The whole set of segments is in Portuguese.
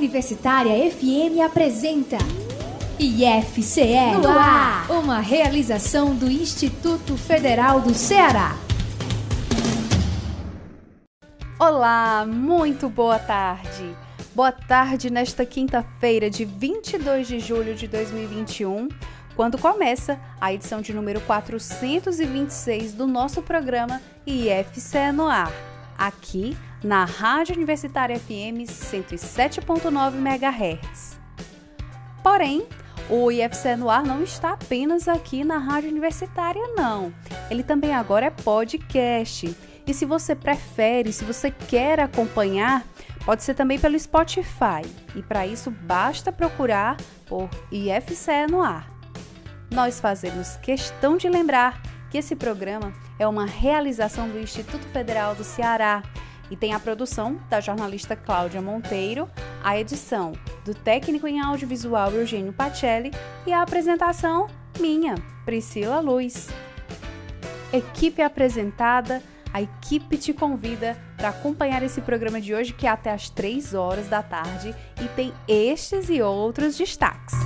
Universitária FM apresenta IFCE no ar, uma realização do Instituto Federal do Ceará. Olá, muito boa tarde. Boa tarde nesta quinta-feira de 22 de julho de 2021, quando começa a edição de número 426 do nosso programa IFCE no ar, aqui na Rádio Universitária FM 107.9 MHz. Porém, o IFCE no ar não está apenas aqui na Rádio Universitária, não. Ele também agora é podcast. E se você prefere, se você quer acompanhar, pode ser também pelo Spotify. E para isso basta procurar por IFCE no ar. Nós fazemos questão de lembrar que esse programa é uma realização do Instituto Federal do Ceará e tem a produção da jornalista Cláudia Monteiro, a edição do técnico em audiovisual Eugênio Pacelli e a apresentação minha, Priscila Luz. Equipe apresentada, a equipe te convida para acompanhar esse programa de hoje, que é até às 3 horas da tarde e tem estes e outros destaques.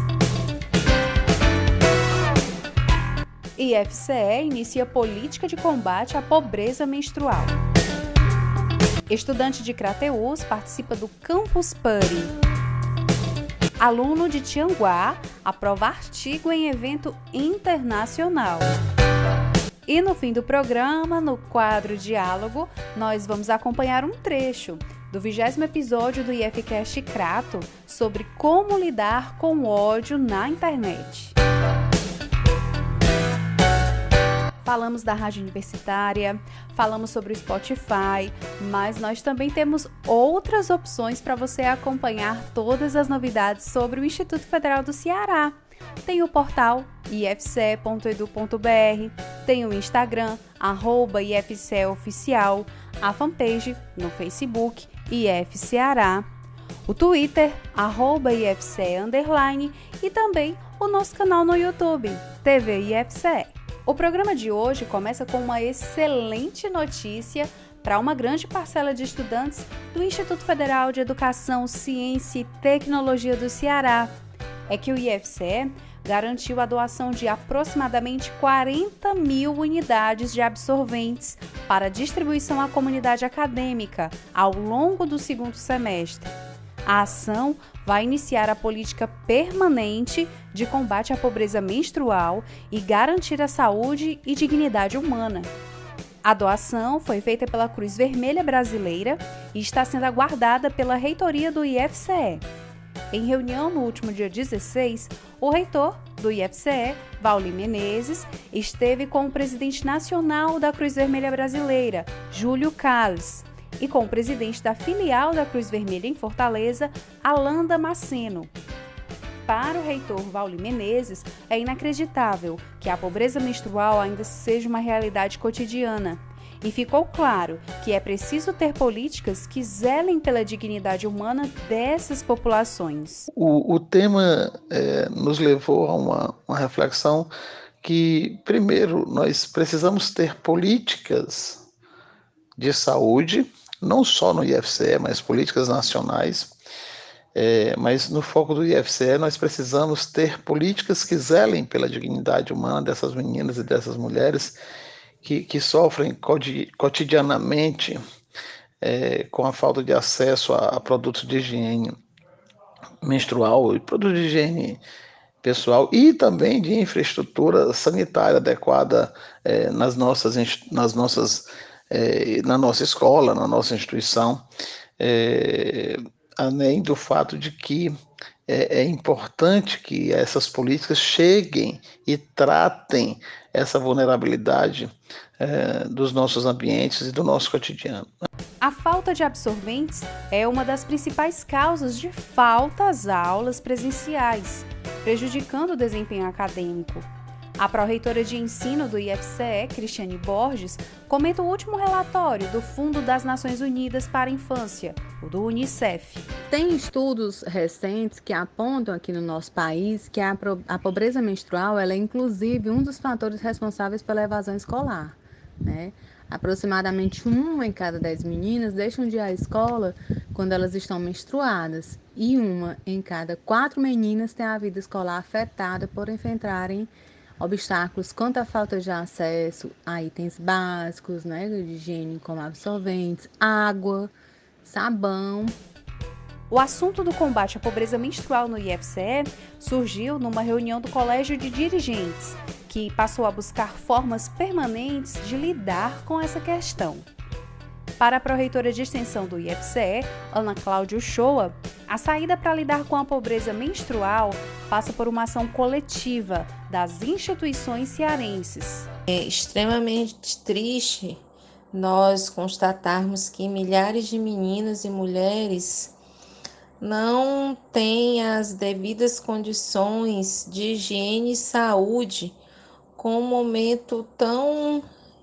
IFCE inicia política de combate à pobreza menstrual. Estudante de Crateús participa do Campus Party. Aluno de Tianguá aprova artigo em evento internacional. E no fim do programa, no quadro Diálogo, nós vamos acompanhar um trecho do 20º episódio do IFCast Crato sobre como lidar com o ódio na internet. Falamos da Rádio Universitária, falamos sobre o Spotify, mas nós também temos outras opções para você acompanhar todas as novidades sobre o Instituto Federal do Ceará. Tem o portal ifce.edu.br, tem o Instagram, @IFCEOficial, a fanpage no Facebook, IFCeará, o Twitter, @IFCE_, e também o nosso canal no YouTube, TV IFCE. O programa de hoje começa com uma excelente notícia para uma grande parcela de estudantes do Instituto Federal de Educação, Ciência e Tecnologia do Ceará. É que o IFCE garantiu a doação de aproximadamente 40 mil unidades de absorventes para distribuição à comunidade acadêmica ao longo do segundo semestre. A ação vai iniciar a política permanente de combate à pobreza menstrual e garantir a saúde e dignidade humana. A doação foi feita pela Cruz Vermelha Brasileira e está sendo aguardada pela reitoria do IFCE. Em reunião no último dia 16, o reitor do IFCE, Vauli Menezes, esteve com o presidente nacional da Cruz Vermelha Brasileira, Júlio Calles, e com o presidente da filial da Cruz Vermelha em Fortaleza, Alain Damasceno. Para o reitor Vauli Menezes, é inacreditável que a pobreza menstrual ainda seja uma realidade cotidiana. E ficou claro que é preciso ter políticas que zelem pela dignidade humana dessas populações. O tema nos levou a uma reflexão que, primeiro, nós precisamos ter políticas de saúde, não só no IFCE, mas políticas nacionais. Mas no foco do IFCE nós precisamos ter políticas que zelem pela dignidade humana dessas meninas e dessas mulheres que sofrem cotidianamente com a falta de acesso a produtos de higiene menstrual e produtos de higiene pessoal e também de infraestrutura sanitária adequada na nossa escola, na nossa instituição, além do fato de que é importante que essas políticas cheguem e tratem essa vulnerabilidade dos nossos ambientes e do nosso cotidiano. A falta de absorventes é uma das principais causas de falta às aulas presenciais, prejudicando o desempenho acadêmico. A pró-reitora de ensino do IFCE, Cristiane Borges, comenta o último relatório do Fundo das Nações Unidas para a Infância, o do UNICEF. Tem estudos recentes que apontam aqui no nosso país que a pobreza menstrual ela é inclusive um dos fatores responsáveis pela evasão escolar, né? Aproximadamente 1 em cada 10 meninas deixam de ir à escola quando elas estão menstruadas, e 1 em cada 4 meninas tem a vida escolar afetada por enfrentarem obstáculos quanto à falta de acesso a itens básicos, né, de higiene, como absorventes, água, sabão. O assunto do combate à pobreza menstrual no IFCE surgiu numa reunião do Colégio de Dirigentes, que passou a buscar formas permanentes de lidar com essa questão. Para a pró-reitora de extensão do IFCE, Ana Cláudia Uchoa, a saída para lidar com a pobreza menstrual passa por uma ação coletiva das instituições cearenses. É extremamente triste nós constatarmos que milhares de meninas e mulheres não têm as devidas condições de higiene e saúde com um momento tão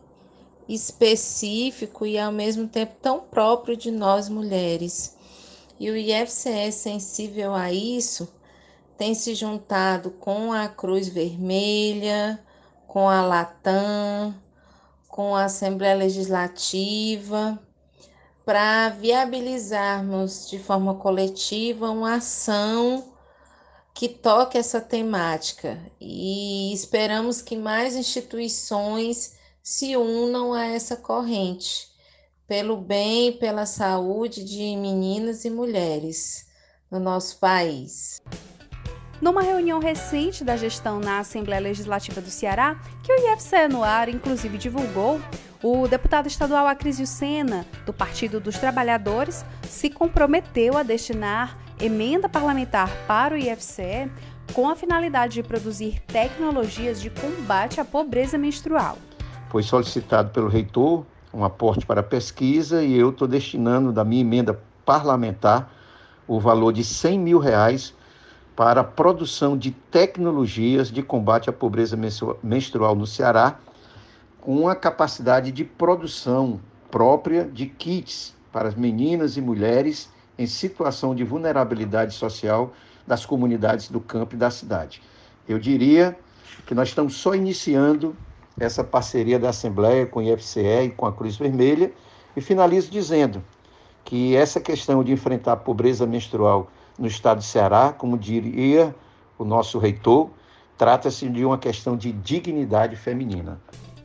específico e ao mesmo tempo tão próprio de nós mulheres. E o IFCE, sensível a isso, tem se juntado com a Cruz Vermelha, com a Latam, com a Assembleia Legislativa, para viabilizarmos de forma coletiva uma ação que toque essa temática, e esperamos que mais instituições se unam a essa corrente, pelo bem e pela saúde de meninas e mulheres no nosso país. Numa reunião recente da gestão na Assembleia Legislativa do Ceará, que o IFCE no ar inclusive divulgou, o deputado estadual Acrisio Sena, do Partido dos Trabalhadores, se comprometeu a destinar emenda parlamentar para o IFCE com a finalidade de produzir tecnologias de combate à pobreza menstrual. Foi solicitado pelo reitor um aporte para a pesquisa e eu estou destinando da minha emenda parlamentar o valor de R$100 mil para a produção de tecnologias de combate à pobreza menstrual no Ceará, com a capacidade de produção própria de kits para as meninas e mulheres em situação de vulnerabilidade social das comunidades do campo e da cidade. Eu diria que nós estamos só iniciando essa parceria da Assembleia com o IFCE e com a Cruz Vermelha, e finalizo dizendo que essa questão de enfrentar a pobreza menstrual no estado do Ceará, como diria o nosso reitor, trata-se de uma questão de dignidade feminina.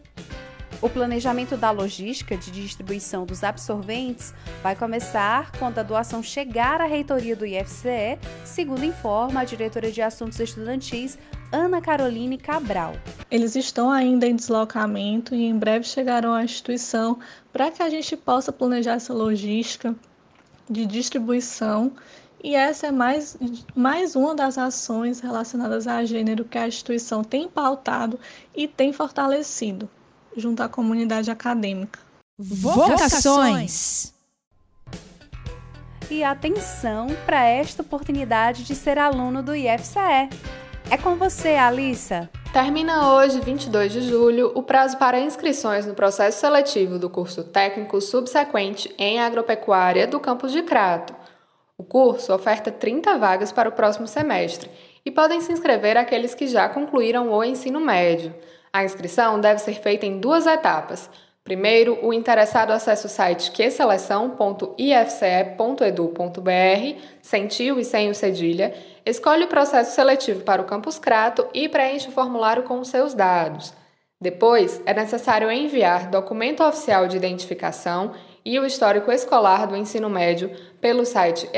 O planejamento da logística de distribuição dos absorventes vai começar quando a doação chegar à reitoria do IFCE, segundo informa a diretora de Assuntos Estudantis, Ana Caroline Cabral. Eles estão ainda em deslocamento e em breve chegarão à instituição para que a gente possa planejar essa logística de distribuição. E essa é mais uma das ações relacionadas a gênero que a instituição tem pautado e tem fortalecido junto à comunidade acadêmica. Vocações. E atenção para esta oportunidade de ser aluno do IFCE. É com você, Alissa. Termina hoje, 22 de julho, o prazo para inscrições no processo seletivo do curso técnico subsequente em agropecuária do campus de Crato. O curso oferta 30 vagas para o próximo semestre e podem se inscrever aqueles que já concluíram o ensino médio. A inscrição deve ser feita em 2 etapas. Primeiro, o interessado acessa o site qseleção.ifce.edu.br, sem tio e sem o cedilha, escolhe o processo seletivo para o Campus Crato e preenche o formulário com os seus dados. Depois, é necessário enviar documento oficial de identificação e o histórico escolar do ensino médio pelo site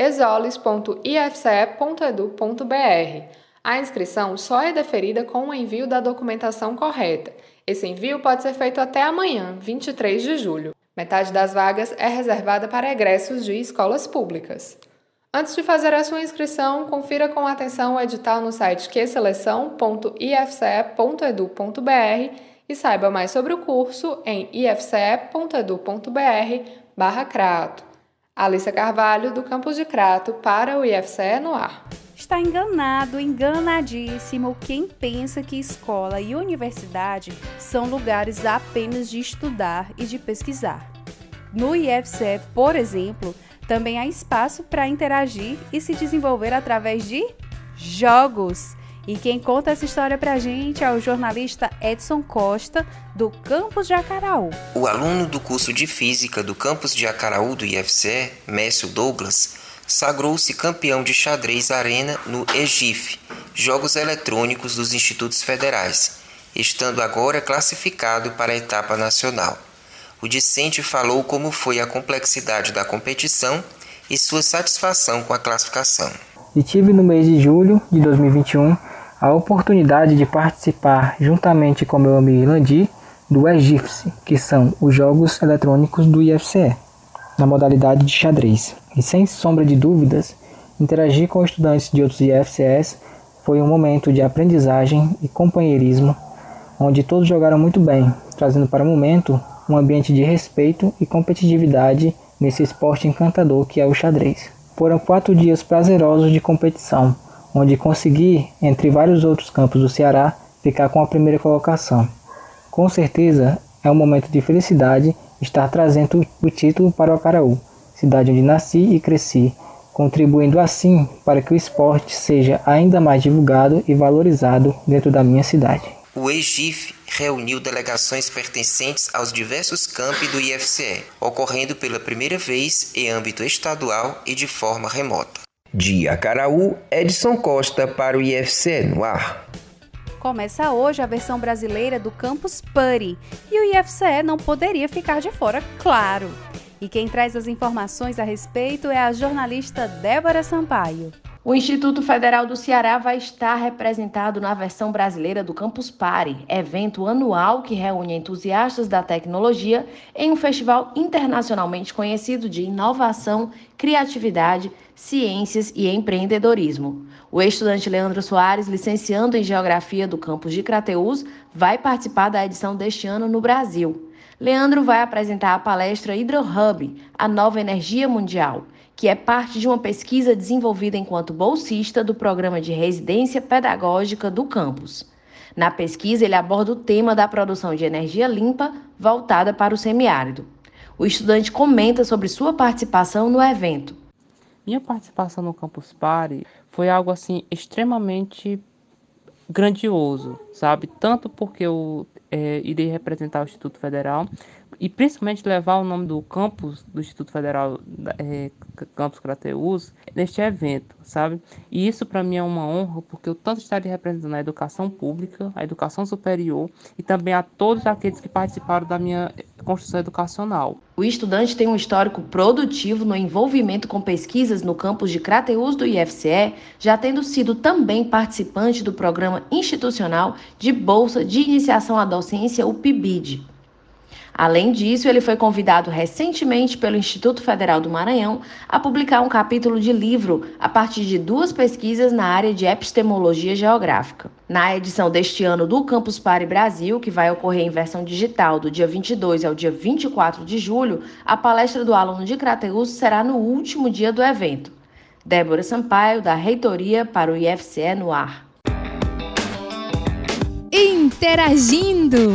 exoles.ifce.edu.br. A inscrição só é deferida com o envio da documentação correta. Esse envio pode ser feito até amanhã, 23 de julho. Metade das vagas é reservada para egressos de escolas públicas. Antes de fazer a sua inscrição, confira com atenção o edital no site qseleção.ifce.edu.br e saiba mais sobre o curso em ifce.edu.br/Crato. Alissa Carvalho, do campus de Crato, para o IFCE no ar. Está enganado, enganadíssimo quem pensa que escola e universidade são lugares apenas de estudar e de pesquisar. No IFCE, por exemplo, também há espaço para interagir e se desenvolver através de jogos. E quem conta essa história pra gente é o jornalista Edson Costa, do campus de Acaraú. O aluno do curso de Física do campus de Acaraú do IFCE, Mércio Douglas, sagrou-se campeão de xadrez arena no EGIF, Jogos Eletrônicos dos Institutos Federais, estando agora classificado para a etapa nacional. O discente falou como foi a complexidade da competição e sua satisfação com a classificação. E tive no mês de julho de 2021 a oportunidade de participar, juntamente com meu amigo Ilandi, do EGIFS, que são os Jogos Eletrônicos do IFCE, na modalidade de xadrez. E sem sombra de dúvidas, interagir com estudantes de outros IFCEs foi um momento de aprendizagem e companheirismo, onde todos jogaram muito bem, trazendo para o momento um ambiente de respeito e competitividade nesse esporte encantador que é o xadrez. Foram 4 dias prazerosos de competição, onde consegui, entre vários outros campos do Ceará, ficar com a primeira colocação. Com certeza, é um momento de felicidade estar trazendo o título para o Acaraú, cidade onde nasci e cresci, contribuindo assim para que o esporte seja ainda mais divulgado e valorizado dentro da minha cidade. O EGIF reuniu delegações pertencentes aos diversos campi do IFCE, ocorrendo pela primeira vez em âmbito estadual e de forma remota. De Acaraú, Edson Costa para o IFCE no ar. Começa hoje a versão brasileira do Campus Party e o IFCE não poderia ficar de fora, claro. E quem traz as informações a respeito é a jornalista Débora Sampaio. O Instituto Federal do Ceará vai estar representado na versão brasileira do Campus Party, evento anual que reúne entusiastas da tecnologia em um festival internacionalmente conhecido de inovação, criatividade, ciências e empreendedorismo. O estudante Leandro Soares, licenciando em Geografia do campus de Crateús, vai participar da edição deste ano no Brasil. Leandro vai apresentar a palestra HydroHub, a nova energia mundial, que é parte de uma pesquisa desenvolvida enquanto bolsista do programa de residência pedagógica do campus. Na pesquisa, ele aborda o tema da produção de energia limpa voltada para o semiárido. O estudante comenta sobre sua participação no evento. Minha participação no Campus Party foi algo assim extremamente grandioso, sabe? Tanto porque eu irei representar o Instituto Federal e principalmente levar o nome do campus do Instituto Federal, Campus Crateús, neste evento, sabe? E isso para mim é uma honra, porque eu tanto estarei representando a educação pública, a educação superior e também a todos aqueles que participaram da minha construção educacional. O estudante tem um histórico produtivo no envolvimento com pesquisas no campus de Crateús do IFCE, já tendo sido também participante do programa institucional de Bolsa de Iniciação à Docência, o PIBID. Além disso, ele foi convidado recentemente pelo Instituto Federal do Maranhão a publicar um capítulo de livro a partir de 2 pesquisas na área de epistemologia geográfica. Na edição deste ano do Campus Party Brasil, que vai ocorrer em versão digital do dia 22 ao dia 24 de julho, a palestra do aluno de Crateús será no último dia do evento. Débora Sampaio, da Reitoria para o IFCE no ar. Interagindo!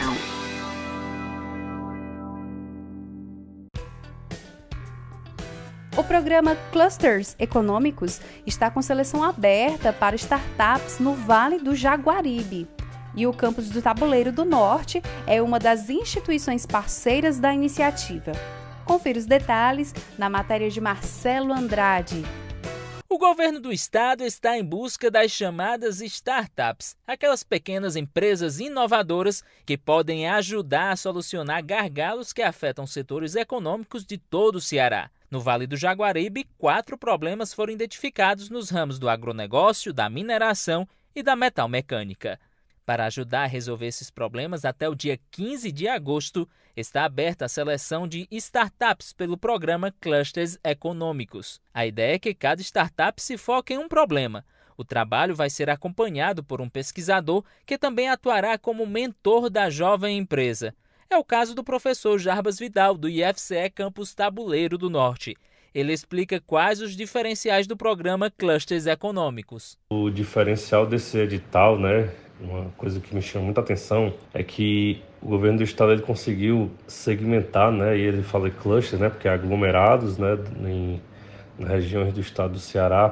O programa Clusters Econômicos está com seleção aberta para startups no Vale do Jaguaribe. E o campus do Tabuleiro do Norte é uma das instituições parceiras da iniciativa. Confira os detalhes na matéria de Marcelo Andrade. O governo do estado está em busca das chamadas startups, aquelas pequenas empresas inovadoras que podem ajudar a solucionar gargalos que afetam setores econômicos de todo o Ceará. No Vale do Jaguaribe, 4 problemas foram identificados nos ramos do agronegócio, da mineração e da metalmecânica. Para ajudar a resolver esses problemas, até o dia 15 de agosto, está aberta a seleção de startups pelo programa Clusters Econômicos. A ideia é que cada startup se foque em um problema. O trabalho vai ser acompanhado por um pesquisador que também atuará como mentor da jovem empresa. É o caso do professor Jarbas Vidal, do IFCE Campus Tabuleiro do Norte. Ele explica quais os diferenciais do programa Clusters Econômicos. O diferencial desse edital, uma coisa que me chama muita atenção, é que o governo do estado ele conseguiu segmentar, e ele fala cluster, porque é aglomerados, em regiões do estado do Ceará.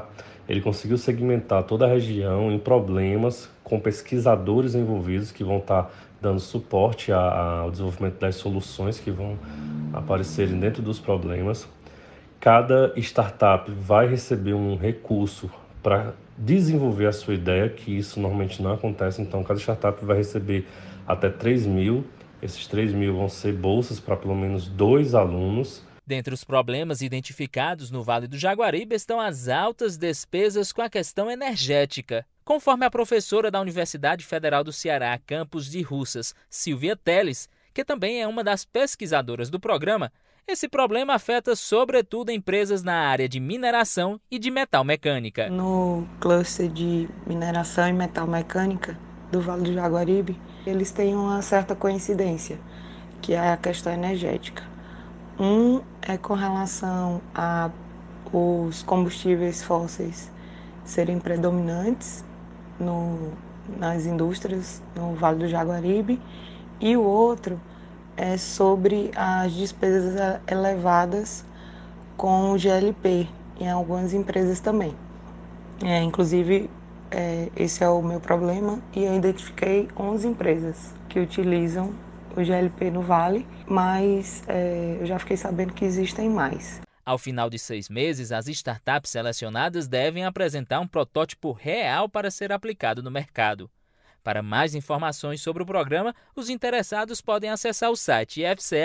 ele conseguiu segmentar toda a região em problemas com pesquisadores envolvidos que vão estar dando suporte ao desenvolvimento das soluções que vão aparecerem dentro dos problemas. Cada startup vai receber um recurso para desenvolver a sua ideia, que isso normalmente não acontece. Então, cada startup vai receber até 3 mil. Esses 3 mil vão ser bolsas para pelo menos 2 alunos. Dentre os problemas identificados no Vale do Jaguaribe estão as altas despesas com a questão energética. Conforme a professora da Universidade Federal do Ceará, campus de Russas, Silvia Teles, que também é uma das pesquisadoras do programa, esse problema afeta sobretudo empresas na área de mineração e de metalmecânica. No cluster de mineração e metalmecânica do Vale do Jaguaribe, eles têm uma certa coincidência, que é a questão energética. Um é com relação a os combustíveis fósseis serem predominantes nas indústrias no Vale do Jaguaribe, e o outro é sobre as despesas elevadas com o GLP em algumas empresas também. Inclusive, esse é o meu problema, e eu identifiquei 11 empresas que utilizam o GLP no Vale, mas eu já fiquei sabendo que existem mais. Ao final de 6 meses, as startups selecionadas devem apresentar um protótipo real para ser aplicado no mercado. Para mais informações sobre o programa, os interessados podem acessar o site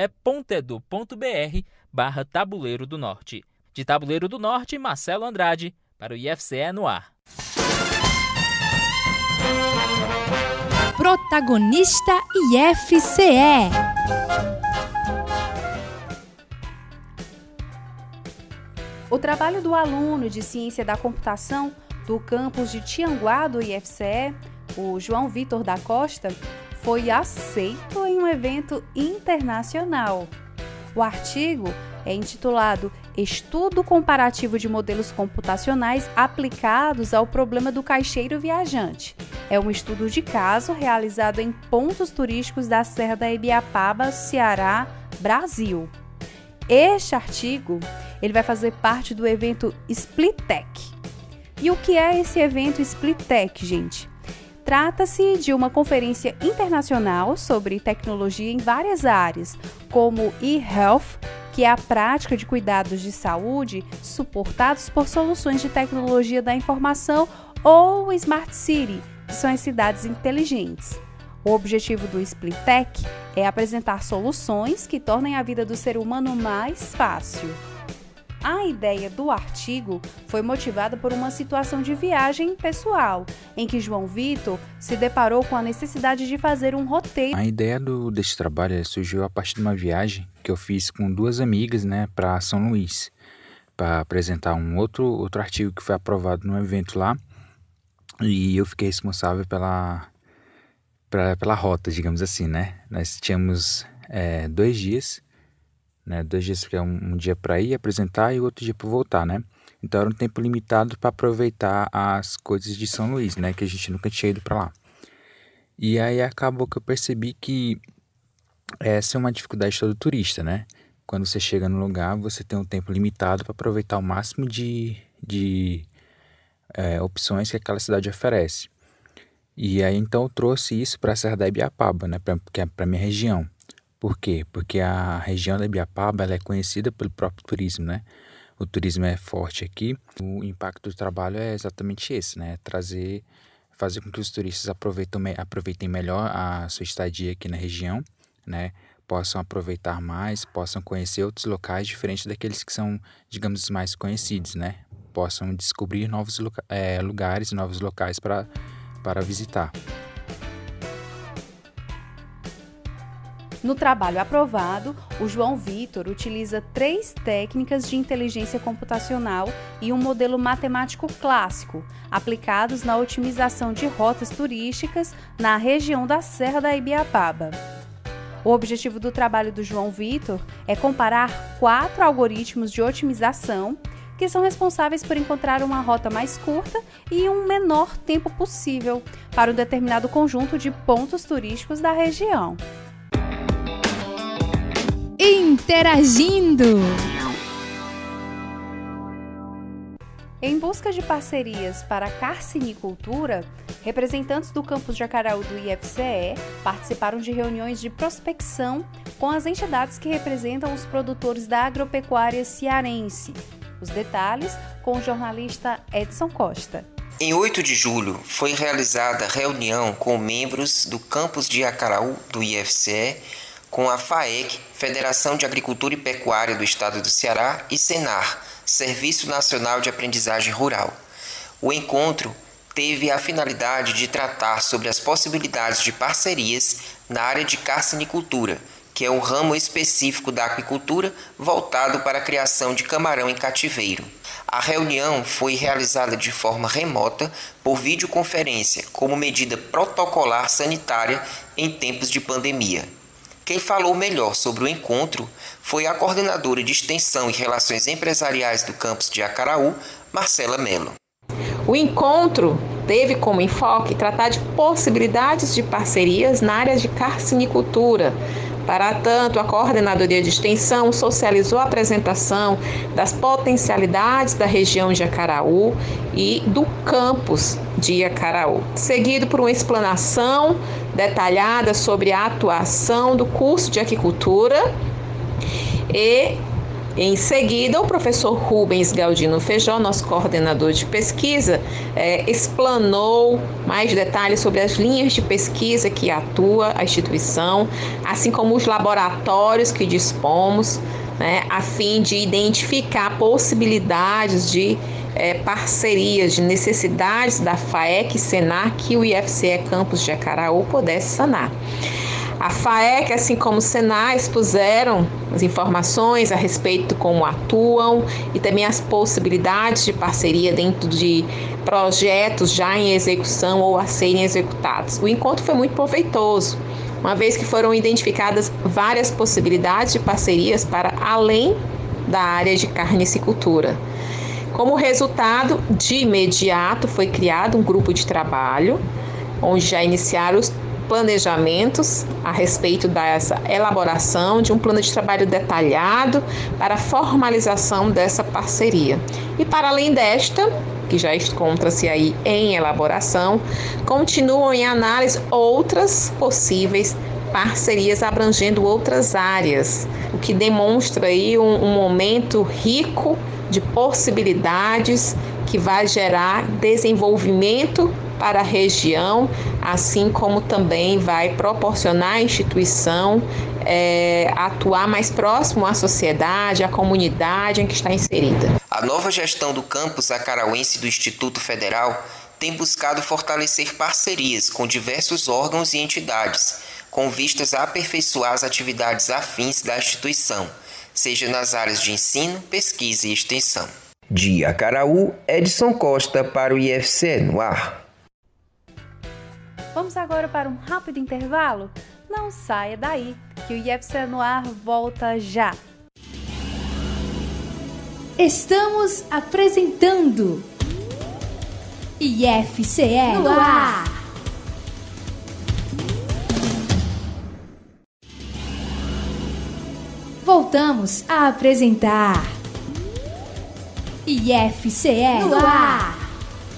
ifce.edu.br/Tabuleiro do Norte. De Tabuleiro do Norte, Marcelo Andrade, para o IFCE no ar. Protagonista IFCE. O trabalho do aluno de Ciência da Computação do campus de Tianguá do IFCE, o João Vitor da Costa, foi aceito em um evento internacional. O artigo é intitulado Estudo Comparativo de Modelos Computacionais Aplicados ao Problema do Caixeiro Viajante. É um estudo de caso realizado em pontos turísticos da Serra da Ibiapaba, Ceará, Brasil. Este artigo ele vai fazer parte do evento Splittech. E o que é esse evento Splittech, gente? Trata-se de uma conferência internacional sobre tecnologia em várias áreas, como e-health, que é a prática de cuidados de saúde suportados por soluções de tecnologia da informação, ou Smart City, que são as cidades inteligentes. O objetivo do Splittech é apresentar soluções que tornem a vida do ser humano mais fácil. A ideia do artigo foi motivada por uma situação de viagem pessoal, em que João Vitor se deparou com a necessidade de fazer um roteiro. A ideia desse trabalho surgiu a partir de uma viagem que eu fiz com 2 amigas, para São Luís, para apresentar um outro artigo que foi aprovado num evento lá, e eu fiquei responsável pela rota, digamos assim, né? Nós tínhamos 2 dias, 2 dias, porque é um dia para ir apresentar e outro dia para voltar, né? Então era um tempo limitado para aproveitar as coisas de São Luís, né? Que a gente nunca tinha ido para lá. E aí acabou que eu percebi que essa é uma dificuldade de todo turista, né? Quando você chega no lugar, você tem um tempo limitado para aproveitar o máximo de opções que aquela cidade oferece. E aí então eu trouxe isso para a Serra da Ibiapaba, né? Para a minha região. Por quê? Porque a região da Ibiapaba ela é conhecida pelo próprio turismo, né? O turismo é forte aqui. O impacto do trabalho é exatamente esse, né? Fazer com que os turistas aproveitem melhor a sua estadia aqui na região, né? Possam aproveitar mais, possam conhecer outros locais diferentes daqueles que são, digamos, mais conhecidos, né? Possam descobrir novos lugares, novos locais para visitar. No trabalho aprovado, o João Vitor utiliza 3 técnicas de inteligência computacional e um modelo matemático clássico, aplicados na otimização de rotas turísticas na região da Serra da Ibiapaba. O objetivo do trabalho do João Vitor é comparar 4 algoritmos de otimização que são responsáveis por encontrar uma rota mais curta e um menor tempo possível para um determinado conjunto de pontos turísticos da região. Interagindo. Em busca de parcerias para a carcinicultura, representantes do campus de Acaraú do IFCE participaram de reuniões de prospecção com as entidades que representam os produtores da agropecuária cearense. Os detalhes com o jornalista Edson Costa. Em 8 de julho, foi realizada reunião com membros do campus de Acaraú do IFCE, com a FAEC, Federação de Agricultura e Pecuária do Estado do Ceará, e Senar, Serviço Nacional de Aprendizagem Rural. O encontro teve a finalidade de tratar sobre as possibilidades de parcerias na área de carcinicultura, que é um ramo específico da aquicultura voltado para a criação de camarão em cativeiro. A reunião foi realizada de forma remota por videoconferência, como medida protocolar sanitária em tempos de pandemia. Quem falou melhor sobre o encontro foi a coordenadora de Extensão e Relações Empresariais do campus de Acaraú, Marcela Mello. O encontro teve como enfoque tratar de possibilidades de parcerias na área de carcinicultura. Para tanto, a coordenadoria de extensão socializou a apresentação das potencialidades da região de Acaraú e do campus de Acaraú, seguido por uma explanação detalhada sobre a atuação do curso de aquicultura e, em seguida, o professor Rubens Galdino Feijó, nosso coordenador de pesquisa, explanou mais detalhes sobre as linhas de pesquisa que atua a instituição, assim como os laboratórios que dispomos, a fim de identificar possibilidades de parcerias, de necessidades da FAEC e Senar que o IFCE Campus de Acaraú pudesse sanar. A FAEC, assim como o Senar, expuseram as informações a respeito de como atuam e também as possibilidades de parceria dentro de projetos já em execução ou a serem executados. O encontro foi muito proveitoso, uma vez que foram identificadas várias possibilidades de parcerias para além da área de carnicicultura. Como resultado, de imediato foi criado um grupo de trabalho, onde já iniciaram os planejamentos a respeito dessa elaboração de um plano de trabalho detalhado para a formalização dessa parceria. E para além desta, que já encontra-se aí em elaboração, continuam em análise outras possíveis parcerias abrangendo outras áreas, o que demonstra aí um momento rico de possibilidades que vai gerar desenvolvimento para a região, assim como também vai proporcionar à instituição atuar mais próximo à sociedade, à comunidade em que está inserida. A nova gestão do campus acarauense do Instituto Federal tem buscado fortalecer parcerias com diversos órgãos e entidades, com vistas a aperfeiçoar as atividades afins da instituição, seja nas áreas de ensino, pesquisa e extensão. De Acaraú, Edson Costa para o IFCE no ar. Vamos agora para um rápido intervalo? Não saia daí, que o IFCE no ar volta já. Estamos apresentando IFCE no ar. Voltamos a apresentar IFCE no ar.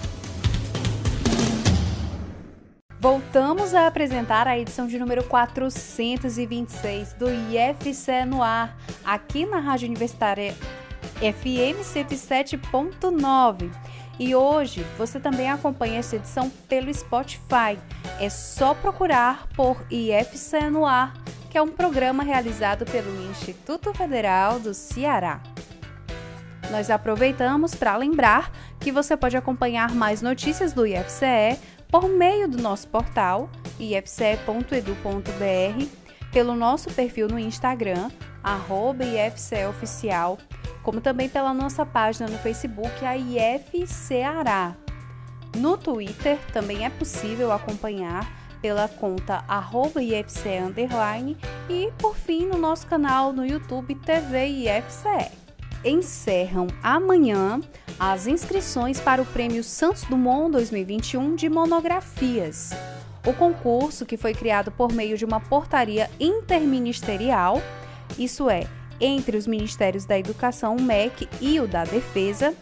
Voltamos a apresentar a edição de número 426 do IFCE no ar, aqui na Rádio Universitária FM 107.9. E hoje você também acompanha essa edição pelo Spotify. É só procurar por IFCE no ar, que é um programa realizado pelo Instituto Federal do Ceará. Nós aproveitamos para lembrar que você pode acompanhar mais notícias do IFCE por meio do nosso portal ifce.edu.br, pelo nosso perfil no Instagram, @IFCEOficial, como também pela nossa página no Facebook, a IFCeará. No Twitter também é possível acompanhar pela conta @IFCE_ e, por fim, no nosso canal no YouTube TV IFCE. Encerram amanhã as inscrições para o Prêmio Santos Dumont 2021 de monografias. O concurso, que foi criado por meio de uma portaria interministerial, isso é, entre os Ministérios da Educação, o MEC, e o da Defesa,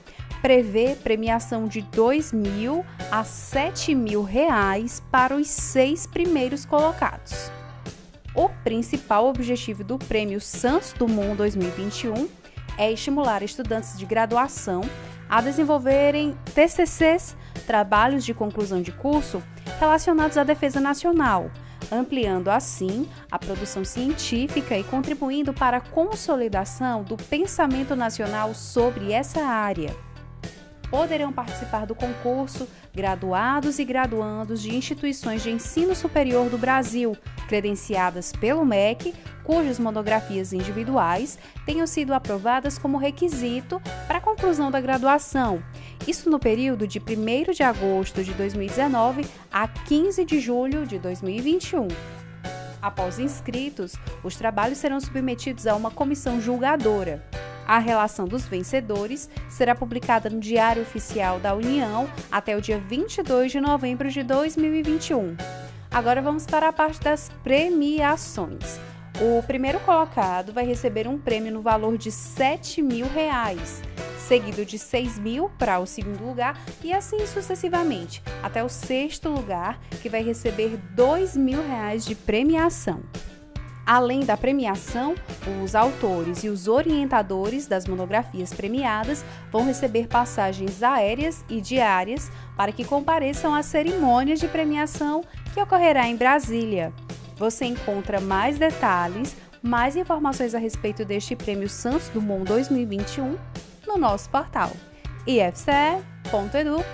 prevê premiação de R$ 2.000 a R$ 7.000 para os 6 primeiros colocados. O principal objetivo do Prêmio Santos Dumont 2021 é estimular estudantes de graduação a desenvolverem TCCs, trabalhos de conclusão de curso, relacionados à defesa nacional, ampliando assim a produção científica e contribuindo para a consolidação do pensamento nacional sobre essa área. Poderão participar do concurso graduados e graduandos de instituições de ensino superior do Brasil, credenciadas pelo MEC, cujas monografias individuais tenham sido aprovadas como requisito para a conclusão da graduação. Isso no período de 1º de agosto de 2019 a 15 de julho de 2021. Após inscritos, os trabalhos serão submetidos a uma comissão julgadora. A relação dos vencedores será publicada no Diário Oficial da União até o dia 22 de novembro de 2021. Agora vamos para a parte das premiações. O primeiro colocado vai receber um prêmio no valor de R$ 7.000, seguido de R$ 6.000 para o segundo lugar e assim sucessivamente, até o sexto lugar, que vai receber R$ 2.000 de premiação. Além da premiação, os autores e os orientadores das monografias premiadas vão receber passagens aéreas e diárias para que compareçam às cerimônias de premiação que ocorrerá em Brasília. Você encontra mais detalhes, mais informações a respeito deste Prêmio Santos Dumont 2021 no nosso portal ifce.edu.br.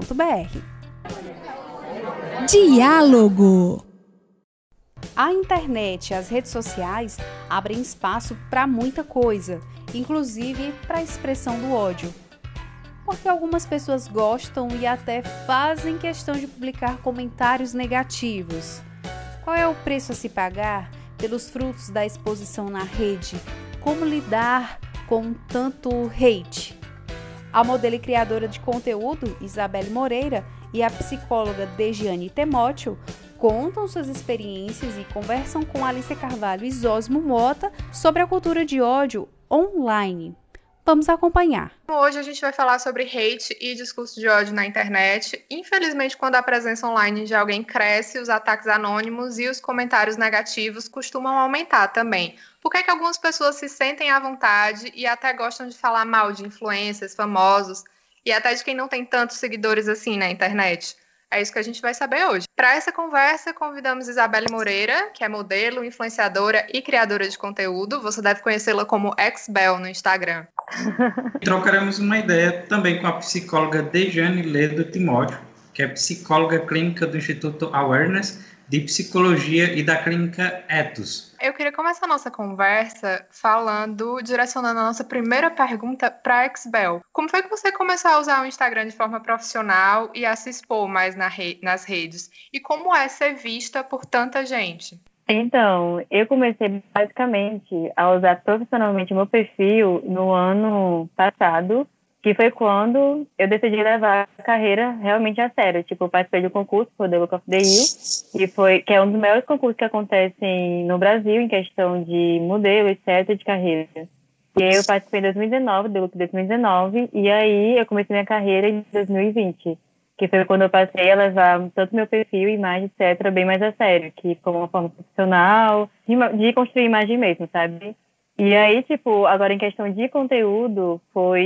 Diálogo. A internet e as redes sociais abrem espaço para muita coisa, inclusive para a expressão do ódio. Porque algumas pessoas gostam e até fazem questão de publicar comentários negativos. Qual é o preço a se pagar pelos frutos da exposição na rede? Como lidar com tanto hate? A modelo e criadora de conteúdo, Isabelle Moreira, e a psicóloga Dejiane Temóteo contam suas experiências e conversam com Alicia Carvalho e Zosmo Mota sobre a cultura de ódio online. Vamos acompanhar. Hoje a gente vai falar sobre hate e discurso de ódio na internet. Infelizmente, quando a presença online de alguém cresce, os ataques anônimos e os comentários negativos costumam aumentar também. Por que algumas pessoas se sentem à vontade e até gostam de falar mal de influencers, famosos e até de quem não tem tantos seguidores assim na internet? É isso que a gente vai saber hoje. Para essa conversa, convidamos Isabelle Moreira, que é modelo, influenciadora e criadora de conteúdo. Você deve conhecê-la como Xbel no Instagram. Trocaremos uma ideia também com a psicóloga Dejiane Ledo Timóteo, que é psicóloga clínica do Instituto Awareness de Psicologia e da Clínica Ethos. Eu queria começar a nossa conversa direcionando a nossa primeira pergunta para a Xbel. Como foi que você começou a usar o Instagram de forma profissional e a se expor mais nas redes? E como é ser vista por tanta gente? Então, eu comecei basicamente a usar profissionalmente o meu perfil no ano passado, que foi quando eu decidi levar a carreira realmente a sério. Tipo, eu participei do concurso for The Look of the Year, que é um dos maiores concursos que acontecem no Brasil em questão de modelo, etc., de carreira. E aí eu participei em 2019, The Look 2019, e aí eu comecei minha carreira em 2020, que foi quando eu passei a levar tanto meu perfil, imagem, etc., bem mais a sério, que foi uma forma profissional, de construir imagem mesmo, sabe? E aí, tipo, agora em questão de conteúdo,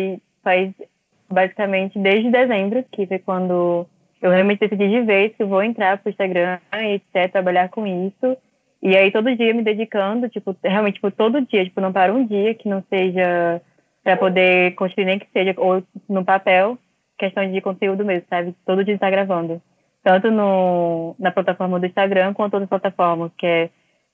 faz basicamente desde dezembro, que foi quando eu realmente decidi de vez que eu vou entrar pro Instagram e etc, trabalhar com isso. E aí todo dia me dedicando, tipo, realmente, tipo, todo dia, tipo, não para um dia que não seja para poder construir, nem que seja ou no papel, questão de conteúdo mesmo, sabe? Todo dia tá gravando. Tanto na plataforma do Instagram quanto outras plataformas, que é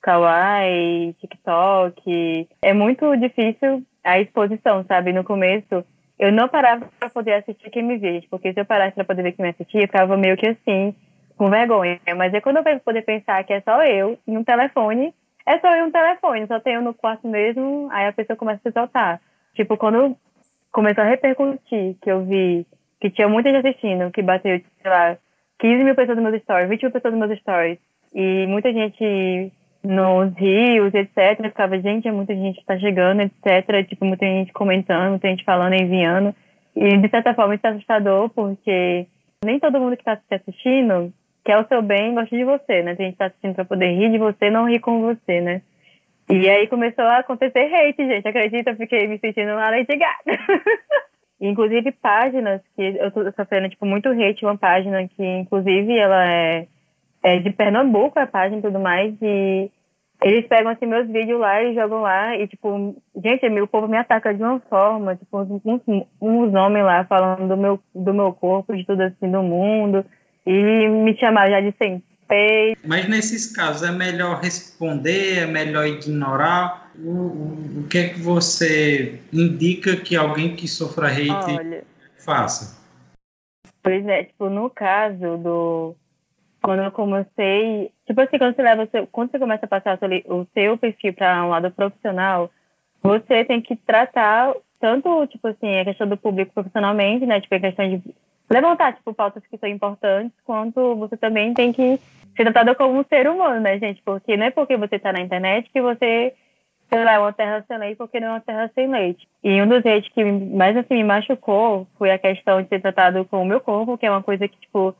Kawaii, TikTok. É muito difícil a exposição, sabe? No começo, eu não parava para poder assistir quem me via, porque se eu parasse para poder ver quem me assistia, eu ficava meio que assim, com vergonha. Mas é quando eu poder pensar que é só eu em um telefone, é só eu um telefone, só tenho no quarto mesmo, aí a pessoa começa a se soltar. Tipo, quando começou a repercutir, que eu vi que tinha muita gente assistindo, que bateu, sei lá, 15 mil pessoas nos meus stories, 20 mil pessoas nos meus stories, e muita gente nos rios, etc. Eu ficava, gente, é muita gente que tá chegando, etc. Tipo, muita gente comentando, muita gente falando, enviando. E, de certa forma, isso é assustador, porque nem todo mundo que está te assistindo quer o seu bem e gosta de você, né? Tem gente que está assistindo para poder rir de você, não rir com você, né? E aí começou a acontecer hate, gente. Acredita? Eu fiquei me sentindo uma Lady Gaga. Inclusive, páginas que eu tô sofrendo, tipo, muito hate. Uma página que, inclusive, ela é de Pernambuco, a página e tudo mais. E eles pegam, assim, meus vídeos lá e jogam lá. E, tipo, gente, o povo me ataca de uma forma. Tipo, uns homens lá falando do meu corpo, de tudo assim, do mundo. E me chamaram já de sem peito. Mas nesses casos, é melhor responder, é melhor ignorar? O que é que você indica que alguém que sofra hate faça? Pois é, tipo, no caso quando eu comecei... Tipo assim, quando você começa a passar o seu perfil para um lado profissional, você tem que tratar tanto, tipo assim, a questão do público profissionalmente, né? Tipo, a questão de levantar, tipo, pautas que são importantes, quanto você também tem que ser tratado como um ser humano, né, gente? Porque não é porque você tá na internet que você, sei lá, é uma terra sem leite, porque não é uma terra sem leite. E um dos hates que mais, assim, me machucou foi a questão de ser tratado com o meu corpo, que é uma coisa que, tipo,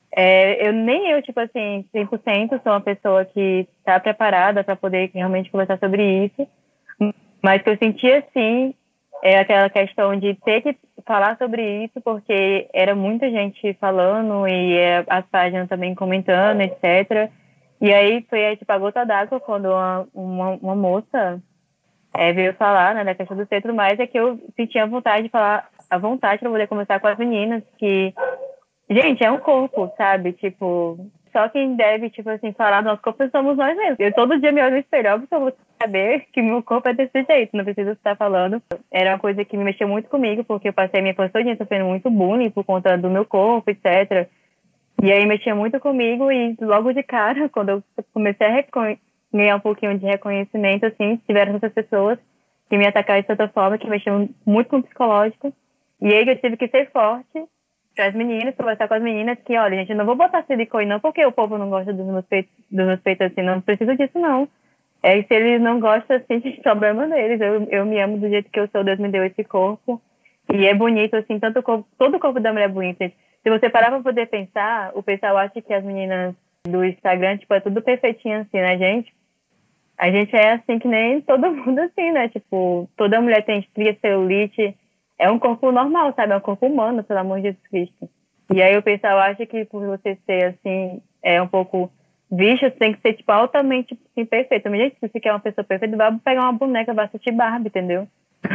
eu, tipo assim, 100% sou uma pessoa que tá preparada para poder realmente conversar sobre isso, mas que eu senti, assim, aquela questão de ter que falar sobre isso, porque era muita gente falando e as páginas também comentando, etc. E aí foi tipo a gota d'água quando uma moça veio falar, né, da questão do centro, mas é que eu sentia vontade de falar, a vontade para poder conversar com as meninas, que, gente, é um corpo, sabe? Tipo, só quem deve, tipo assim, falar do nosso corpo somos nós mesmos. Eu todo dia me olho no espelho, óbvio que eu vou saber que meu corpo é desse jeito, não preciso estar falando. Era uma coisa que me mexeu muito comigo, porque eu passei a minha infância todinha sofrendo muito bullying por conta do meu corpo, etc. E aí mexia muito comigo e logo de cara, quando eu comecei a ganhar um pouquinho de reconhecimento, assim, tiveram essas pessoas que me atacaram de certa forma, que mexiam muito com o psicológico. E aí eu tive que ser forte para as meninas, conversar com as meninas, que, olha, gente, eu não vou botar silicone não, porque o povo não gosta dos meus peitos assim, não preciso disso não. Se eles não gostam, assim, problema deles. Eu me amo do jeito que eu sou, Deus me deu esse corpo. E é bonito, assim, todo o corpo da mulher é bonito. Se você parar pra poder pensar, o pessoal acha que as meninas do Instagram, tipo, é tudo perfeitinho assim, né, gente? A gente é assim que nem todo mundo assim, né? Tipo, toda mulher tem estria, celulite. É um corpo normal, sabe? É um corpo humano, pelo amor de Jesus Cristo. E aí o pessoal acha que por você ser, assim, um pouco... Bicho, você tem que ser, tipo, altamente assim, perfeito. Mas, gente, se você quer uma pessoa perfeita, vai pegar uma boneca, vai assistir Barbie, entendeu?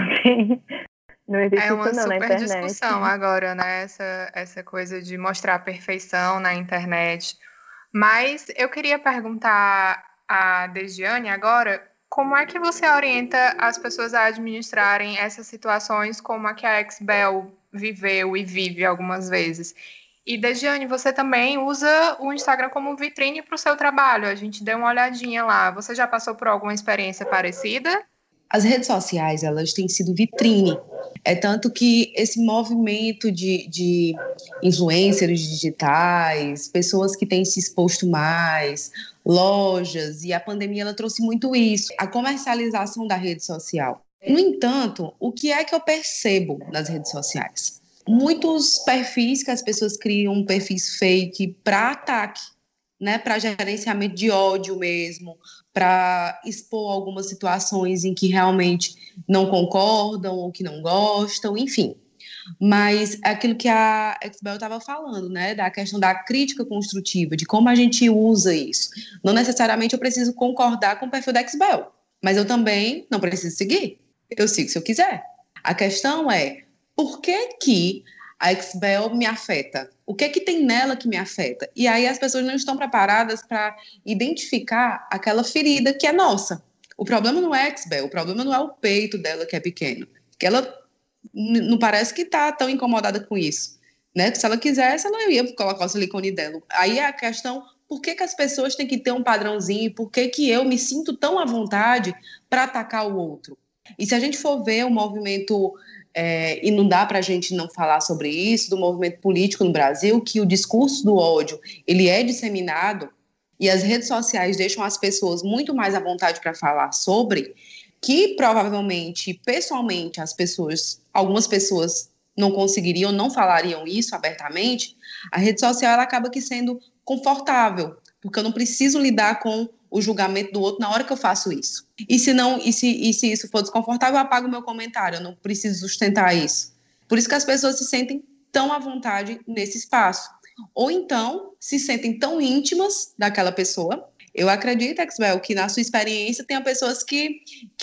Não existe É uma isso não na super internet. discussão agora, né? Essa coisa de mostrar a perfeição na internet. Mas eu queria perguntar a Dejiane agora, como é que você orienta as pessoas a administrarem essas situações como a que a Exbel viveu e vive algumas vezes? E, Dejiane, você também usa o Instagram como vitrine para o seu trabalho. A gente deu uma olhadinha lá. Você já passou por alguma experiência parecida? As redes sociais, elas têm sido vitrine. É tanto que esse movimento de influencers digitais, pessoas que têm se exposto mais, lojas, e a pandemia ela trouxe muito isso, a comercialização da rede social. No entanto, o que é que eu percebo nas redes sociais? Muitos perfis que as pessoas criam, perfis fake para ataque, né, para gerenciamento de ódio mesmo, para expor algumas situações em que realmente não concordam ou que não gostam, enfim. Mas é aquilo que a Exbel estava falando, né, da questão da crítica construtiva, de como a gente usa isso. Não necessariamente eu preciso concordar com o perfil da Exbel, mas eu também não preciso seguir. Eu sigo se eu quiser. A questão é, por que a Exbel me afeta? O que é que tem nela que me afeta? E aí as pessoas não estão preparadas para identificar aquela ferida que é nossa. O problema não é a Exbel, o problema não é o peito dela que é pequeno. Que ela não parece que está tão incomodada com isso, né? Se ela quisesse, ela ia colocar o silicone dela. Aí é a questão, por que as pessoas têm que ter um padrãozinho? Por que eu me sinto tão à vontade para atacar o outro? E se a gente for ver o movimento, e não dá para a gente não falar sobre isso, do movimento político no Brasil, que o discurso do ódio, ele é disseminado, e as redes sociais deixam as pessoas muito mais à vontade para falar sobre, que provavelmente, pessoalmente, algumas pessoas não conseguiriam, não falariam isso abertamente, a rede social ela acaba que sendo confortável, porque eu não preciso lidar com o julgamento do outro na hora que eu faço isso. E se isso for desconfortável, eu apago o meu comentário, eu não preciso sustentar isso. Por isso que as pessoas se sentem tão à vontade nesse espaço. Ou então, se sentem tão íntimas daquela pessoa. Eu acredito, Exbel, que na sua experiência tem pessoas que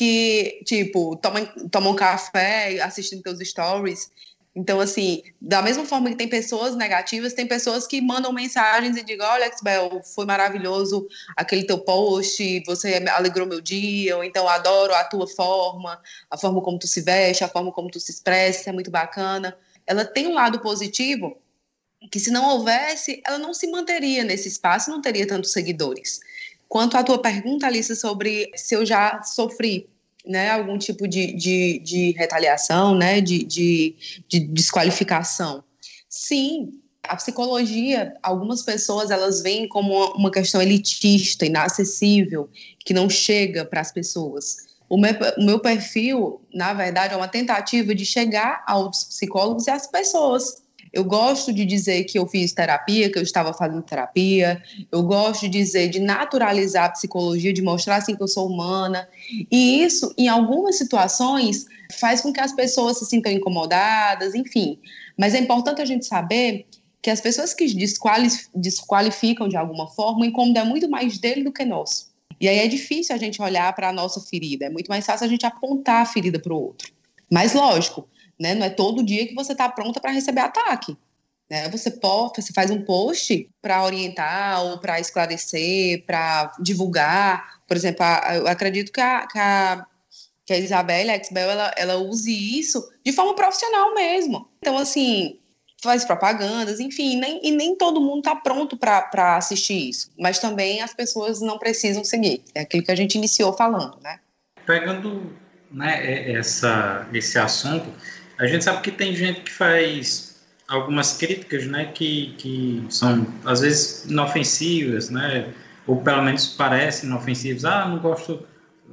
tipo, tomam café assistindo teus stories. Então, assim, da mesma forma que tem pessoas negativas, tem pessoas que mandam mensagens e digam, olha, Exbel, foi maravilhoso aquele teu post, você alegrou meu dia, ou então adoro a tua forma, a forma como tu se veste, a forma como tu se expressa, é muito bacana. Ela tem um lado positivo que, se não houvesse, ela não se manteria nesse espaço, não teria tantos seguidores. Quanto à tua pergunta, Alissa, sobre se eu já sofri, né, algum tipo de retaliação, né, de desqualificação. Sim, a psicologia, algumas pessoas, elas veem como uma questão elitista, inacessível, que não chega para as pessoas. O meu perfil, na verdade, é uma tentativa de chegar aos psicólogos e às pessoas. Eu gosto de dizer que eu fiz terapia, que eu estava fazendo terapia. Eu gosto de dizer, de naturalizar a psicologia, de mostrar assim que eu sou humana. E isso, em algumas situações, faz com que as pessoas se sintam incomodadas, enfim. Mas é importante a gente saber que as pessoas que desqualificam de alguma forma, o incômodo é muito mais dele do que nosso. E aí é difícil a gente olhar para a nossa ferida. É muito mais fácil a gente apontar a ferida para o outro. Mas, lógico, né, não é todo dia que você está pronta para receber ataque. Né? Você faz um post para orientar ou para esclarecer, para divulgar. Por exemplo, eu acredito que a Isabelle, a Exbel, ela use isso de forma profissional mesmo. Então, assim, faz propagandas, enfim, nem todo mundo está pronto para assistir isso. Mas também as pessoas não precisam seguir. É aquilo que a gente iniciou falando, né? Pegando, né, esse assunto, a gente sabe que tem gente que faz algumas críticas, né, que são, às vezes, inofensivas, né, ou pelo menos parecem inofensivas. Não gosto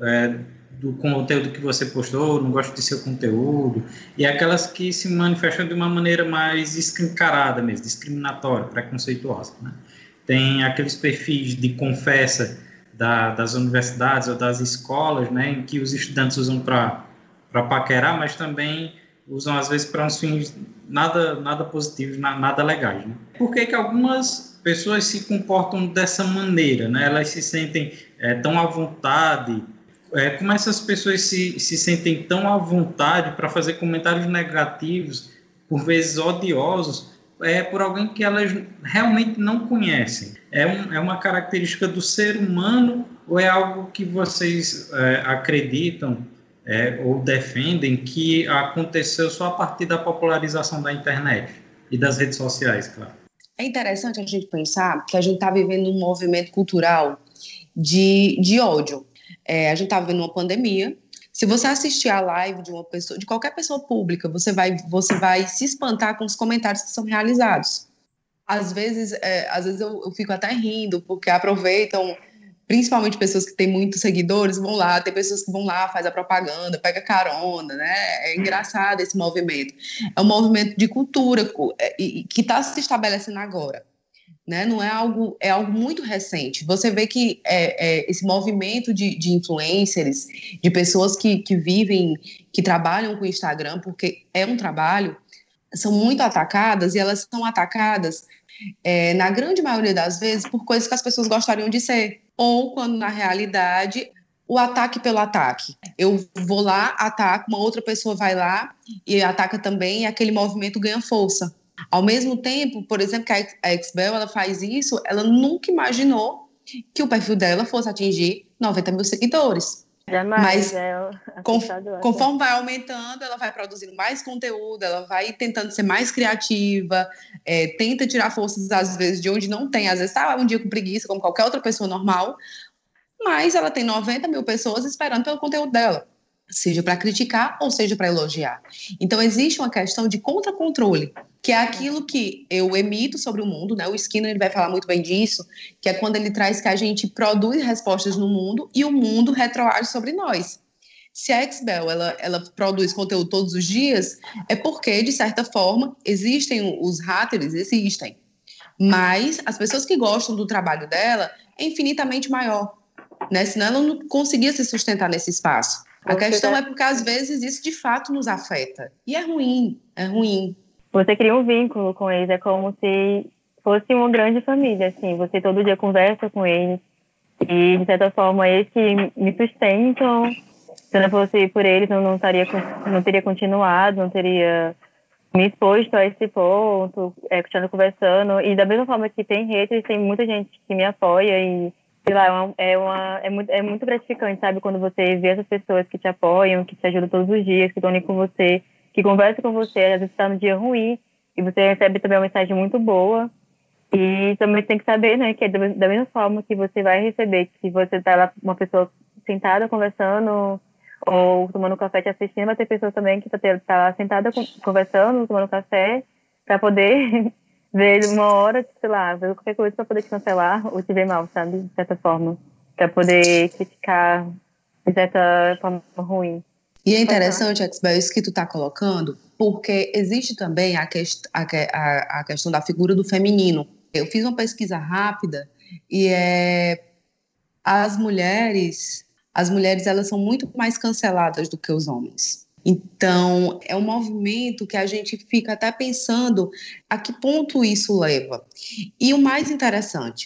do conteúdo que você postou, não gosto do seu conteúdo. E aquelas que se manifestam de uma maneira mais escancarada mesmo, discriminatória, preconceituosa, né. Tem aqueles perfis de confessa das universidades ou das escolas, né, em que os estudantes usam para paquerar, mas também usam às vezes para uns fins nada positivos, nada legais, né? Por que algumas pessoas se comportam dessa maneira, né? Elas se sentem tão à vontade, como essas pessoas se sentem tão à vontade para fazer comentários negativos, por vezes odiosos, por alguém que elas realmente não conhecem. É uma característica do ser humano ou é algo que vocês acreditam ou defendem que aconteceu só a partir da popularização da internet e das redes sociais, claro? É interessante a gente pensar que a gente está vivendo um movimento cultural de ódio. A gente está vivendo uma pandemia. Se você assistir a live de uma pessoa, de qualquer pessoa pública, você vai se espantar com os comentários que são realizados. Às vezes eu fico até rindo, porque aproveitam, principalmente pessoas que têm muitos seguidores, vão lá, tem pessoas que vão lá, faz a propaganda, pega carona, né? É engraçado esse movimento. É um movimento de cultura que está se estabelecendo agora. Né? Não é algo muito recente. Você vê que esse movimento de influencers, de pessoas que vivem, que trabalham com o Instagram, porque é um trabalho, são muito atacadas, e elas são atacadas, na grande maioria das vezes, por coisas que as pessoas gostariam de ser, ou quando, na realidade, o ataque pelo ataque. Eu vou lá, ataco, uma outra pessoa vai lá e ataca também, e aquele movimento ganha força. Ao mesmo tempo, por exemplo, que a Exbel, ela faz isso, ela nunca imaginou que o perfil dela fosse atingir 90 mil seguidores. Jamais. Mas conforme vai aumentando, ela vai produzindo mais conteúdo, ela vai tentando ser mais criativa, tenta tirar forças, às vezes, de onde não tem. Às vezes está um dia com preguiça, como qualquer outra pessoa normal, mas ela tem 90 mil pessoas esperando pelo conteúdo dela, seja para criticar ou seja para elogiar. Então, existe uma questão de contra-controle, que é aquilo que eu emito sobre o mundo, né? O Skinner, ele vai falar muito bem disso, que é quando ele traz que a gente produz respostas no mundo e o mundo retroage sobre nós. Se a Exbel, ela produz conteúdo todos os dias, é porque, de certa forma, existem os haters, existem. Mas as pessoas que gostam do trabalho dela é infinitamente maior, né? Senão ela não conseguia se sustentar nesse espaço. A questão é porque, às vezes, isso de fato nos afeta. E é ruim, é ruim. Você cria um vínculo com eles, é como se fosse uma grande família, assim. Você todo dia conversa com eles e, de certa forma, eles que me sustentam. Se não fosse por eles, eu não teria continuado, não teria me exposto a esse ponto, continuando conversando. E da mesma forma que tem haters, tem muita gente que me apoia e, sei lá, é muito gratificante, sabe? Quando você vê essas pessoas que te apoiam, que te ajudam todos os dias, que estão ali com você, que conversam com você, às vezes está no dia ruim, e você recebe também uma mensagem muito boa. E também tem que saber, né, que é da mesma forma que você vai receber, que você tá lá, uma pessoa sentada conversando ou tomando café te assistindo, vai ter pessoas também que tá lá sentada conversando, tomando café, para poder ver uma hora, sei lá, ver qualquer coisa para poder te cancelar ou te ver mal, sabe, de certa forma, para poder criticar de certa forma ruim. E é interessante, Exbel, isso que tu tá colocando, porque existe também a questão da figura do feminino. Eu fiz uma pesquisa rápida e as mulheres elas são muito mais canceladas do que os homens. Então, é um movimento que a gente fica até pensando a que ponto isso leva. E o mais interessante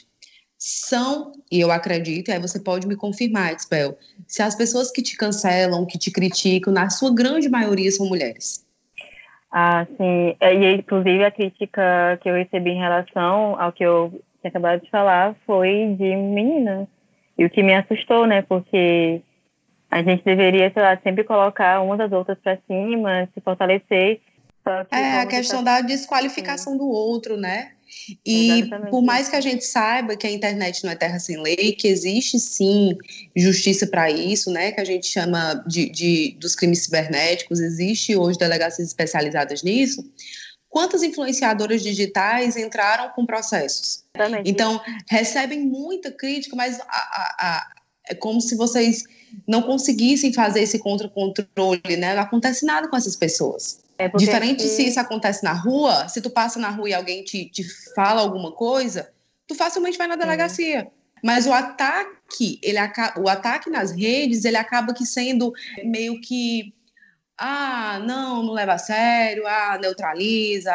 e eu acredito, e aí você pode me confirmar, Exbel, se as pessoas que te cancelam, que te criticam, na sua grande maioria são mulheres. Ah, sim. E, inclusive, a crítica que eu recebi em relação ao que eu tinha acabado de falar foi de menina. E o que me assustou, né? Porque a gente deveria, sei lá, sempre colocar umas das outras para cima, se fortalecer. A questão da desqualificação do outro, né? E exatamente. Por mais que a gente saiba que a internet não é terra sem lei, que existe sim justiça para isso, né? Que a gente chama dos crimes cibernéticos, existe hoje delegacias especializadas nisso. Quantas influenciadoras digitais entraram com processos? Exatamente. Então, recebem muita crítica, mas é como se vocês não conseguissem fazer esse controle, né? Não acontece nada com essas pessoas. Diferente se isso acontece na rua, se tu passa na rua e alguém te fala alguma coisa, tu facilmente vai na delegacia. Mas o ataque nas redes, ele acaba que sendo meio que não leva a sério, neutraliza,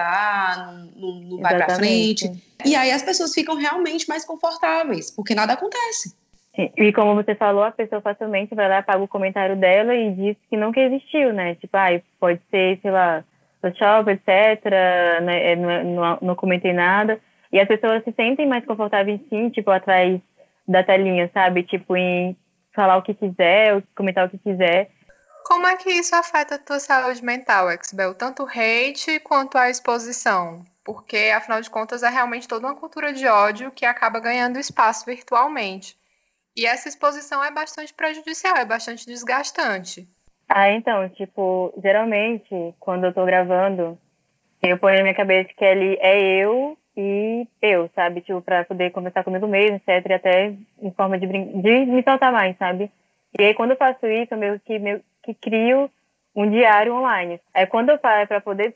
não vai pra frente. E aí as pessoas ficam realmente mais confortáveis, porque nada acontece. E como você falou, a pessoa facilmente vai lá, apaga o comentário dela e diz que nunca existiu, né? Tipo, pode ser, sei lá, Photoshop, etc., né? Não comentei nada. E as pessoas se sentem mais confortáveis, sim, tipo, atrás da telinha, sabe? Tipo, em falar o que quiser, comentar o que quiser. Como é que isso afeta a tua saúde mental, Exbel? Tanto o hate quanto a exposição? Porque, afinal de contas, é realmente toda uma cultura de ódio que acaba ganhando espaço virtualmente. E essa exposição é bastante prejudicial, é bastante desgastante. Então, tipo, geralmente, quando eu tô gravando, eu ponho na minha cabeça que ali é eu e eu, sabe? Tipo, pra poder conversar comigo mesmo, etc. E até em forma de me soltar mais, sabe? E aí, quando eu faço isso, eu meio que crio um diário online. Aí, quando eu paro pra poder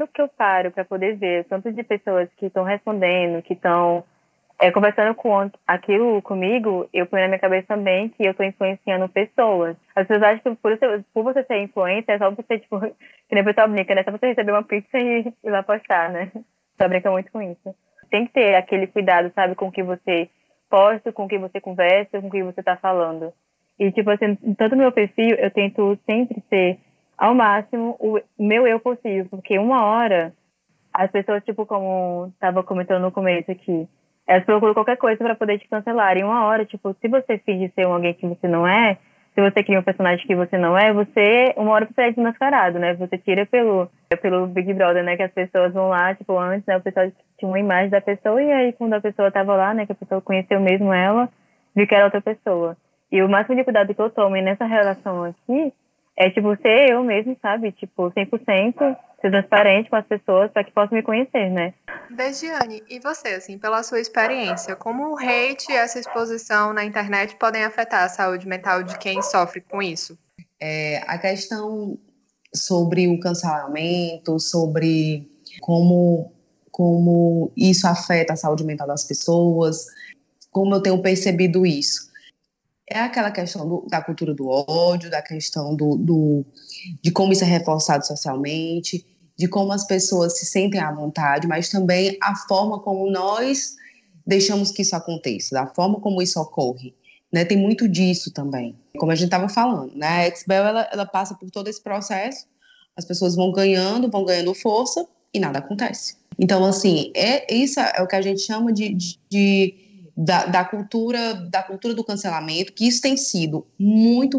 ver o tanto de pessoas que estão respondendo, que estão conversando com aquilo comigo, eu ponho na minha cabeça também que eu tô influenciando pessoas. As pessoas acham que por você ser influencer, é só você, tipo, que nem a pessoa brinca, né? Só você receber uma pizza e ir lá postar, né? Só brinca muito com isso. Tem que ter aquele cuidado, sabe, com o que você posta, com o que você conversa, com o que você tá falando. E, tipo assim, tanto no meu perfil, eu tento sempre ser, ao máximo, o meu eu possível. Porque uma hora, as pessoas, tipo, como tava comentando no começo aqui, elas procuram qualquer coisa pra poder te cancelar. E uma hora, tipo, se você finge ser alguém que você não é, se você cria um personagem que você não é, uma hora você é desmascarado, né? Você tira pelo Big Brother, né? Que as pessoas vão lá, tipo, antes, né? O pessoal tinha uma imagem da pessoa e aí quando a pessoa tava lá, né? Que a pessoa conheceu mesmo ela, viu que era outra pessoa. E o máximo de cuidado que eu tomo nessa relação aqui é, tipo, ser eu mesmo, sabe? Tipo, 100%, ser transparente com as pessoas para que possam me conhecer, né? Desdiane, e você, assim, pela sua experiência, como o hate e essa exposição na internet podem afetar a saúde mental de quem sofre com isso? A questão sobre o cancelamento, sobre como isso afeta a saúde mental das pessoas, como eu tenho percebido isso. É aquela questão da cultura do ódio, da questão de como isso é reforçado socialmente, de como as pessoas se sentem à vontade, mas também a forma como nós deixamos que isso aconteça, da forma como isso ocorre. Né? Tem muito disso também. Como a gente estava falando, né? A XBEL, ela passa por todo esse processo, as pessoas vão ganhando força e nada acontece. Então, assim, isso é o que a gente chama da cultura do cancelamento, que isso tem sido muito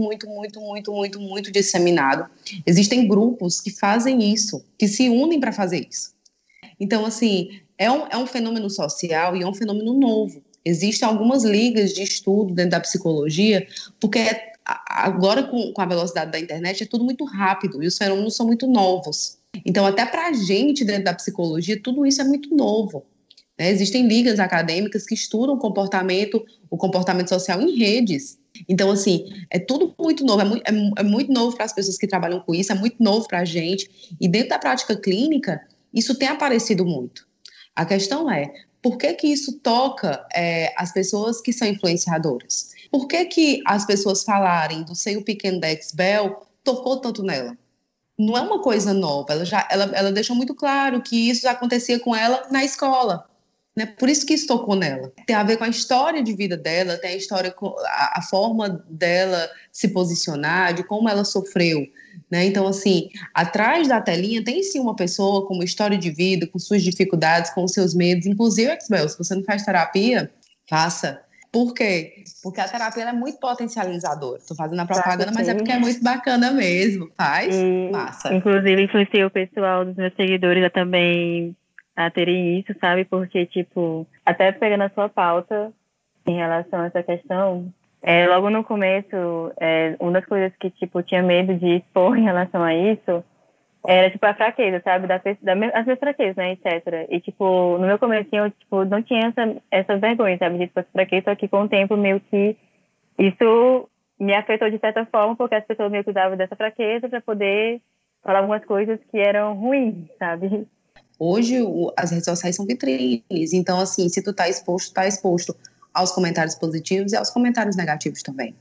disseminado. Existem grupos que fazem isso, que se unem para fazer isso. Então, assim, é um fenômeno social e é um fenômeno novo. Existem algumas ligas de estudo dentro da psicologia, porque agora com a velocidade da internet é tudo muito rápido e os fenômenos são muito novos. Então, até para a gente dentro da psicologia, tudo isso é muito novo. Existem ligas acadêmicas que estudam o comportamento social em redes. Então, assim, é tudo muito novo, é muito novo para as pessoas que trabalham com isso, é muito novo para a gente. E dentro da prática clínica, isso tem aparecido muito. A questão é, por que isso toca as pessoas que são influenciadoras? Por que as pessoas falarem do seio pequeno da XBEL tocou tanto nela? Não é uma coisa nova, ela deixou muito claro que isso já acontecia com ela na escola. Né? Por isso que isso tocou nela. Tem a ver com a história de vida dela, tem a forma dela se posicionar, de como ela sofreu. Né? Então, assim, atrás da telinha tem sim uma pessoa com uma história de vida, com suas dificuldades, com os seus medos. Inclusive, XBEL, se você não faz terapia, faça. Por quê? Porque a terapia é muito potencializadora. Estou fazendo a propaganda, mas é porque é muito bacana mesmo. Faz? Massa. Inclusive, influenciei o pessoal dos meus seguidores a também a terem isso, sabe? Porque, tipo, até pegando a sua pauta em relação a essa questão, logo no começo, uma das coisas que, tipo, tinha medo de expor em relação a isso era, tipo, a fraqueza, sabe? As minhas fraquezas, né, etc. E, tipo, no meu comecinho, eu, tipo, não tinha essa vergonha, sabe? De, tipo, essa fraqueza, só que com o tempo, meio que isso me afetou de certa forma, porque as pessoas meio que usavam dessa fraqueza para poder falar algumas coisas que eram ruins, sabe? Hoje, as redes sociais são vitrines, então, assim, se tu tá exposto aos comentários positivos e aos comentários negativos também.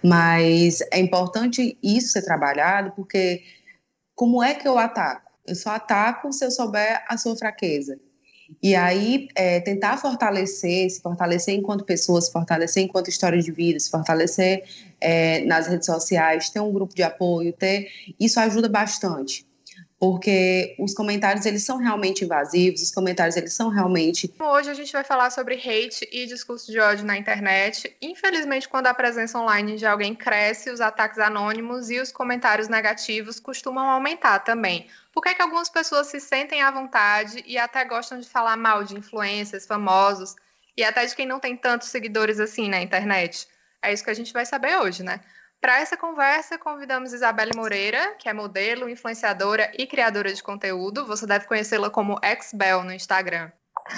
Mas é importante isso ser trabalhado, porque como é que eu ataco? Eu só ataco se eu souber a sua fraqueza. E aí, tentar se fortalecer enquanto pessoa, se fortalecer enquanto história de vida, se fortalecer nas redes sociais, ter um grupo de apoio, isso ajuda bastante. Porque os comentários, eles são realmente invasivos, os comentários, eles são realmente... Hoje a gente vai falar sobre hate e discurso de ódio na internet. Infelizmente, quando a presença online de alguém cresce, os ataques anônimos e os comentários negativos costumam aumentar também. Por que algumas pessoas se sentem à vontade e até gostam de falar mal de influencers, famosos, e até de quem não tem tantos seguidores assim na internet? É isso que a gente vai saber hoje, né? Para essa conversa, convidamos Isabelle Moreira, que é modelo, influenciadora e criadora de conteúdo. Você deve conhecê-la como XBEL no Instagram.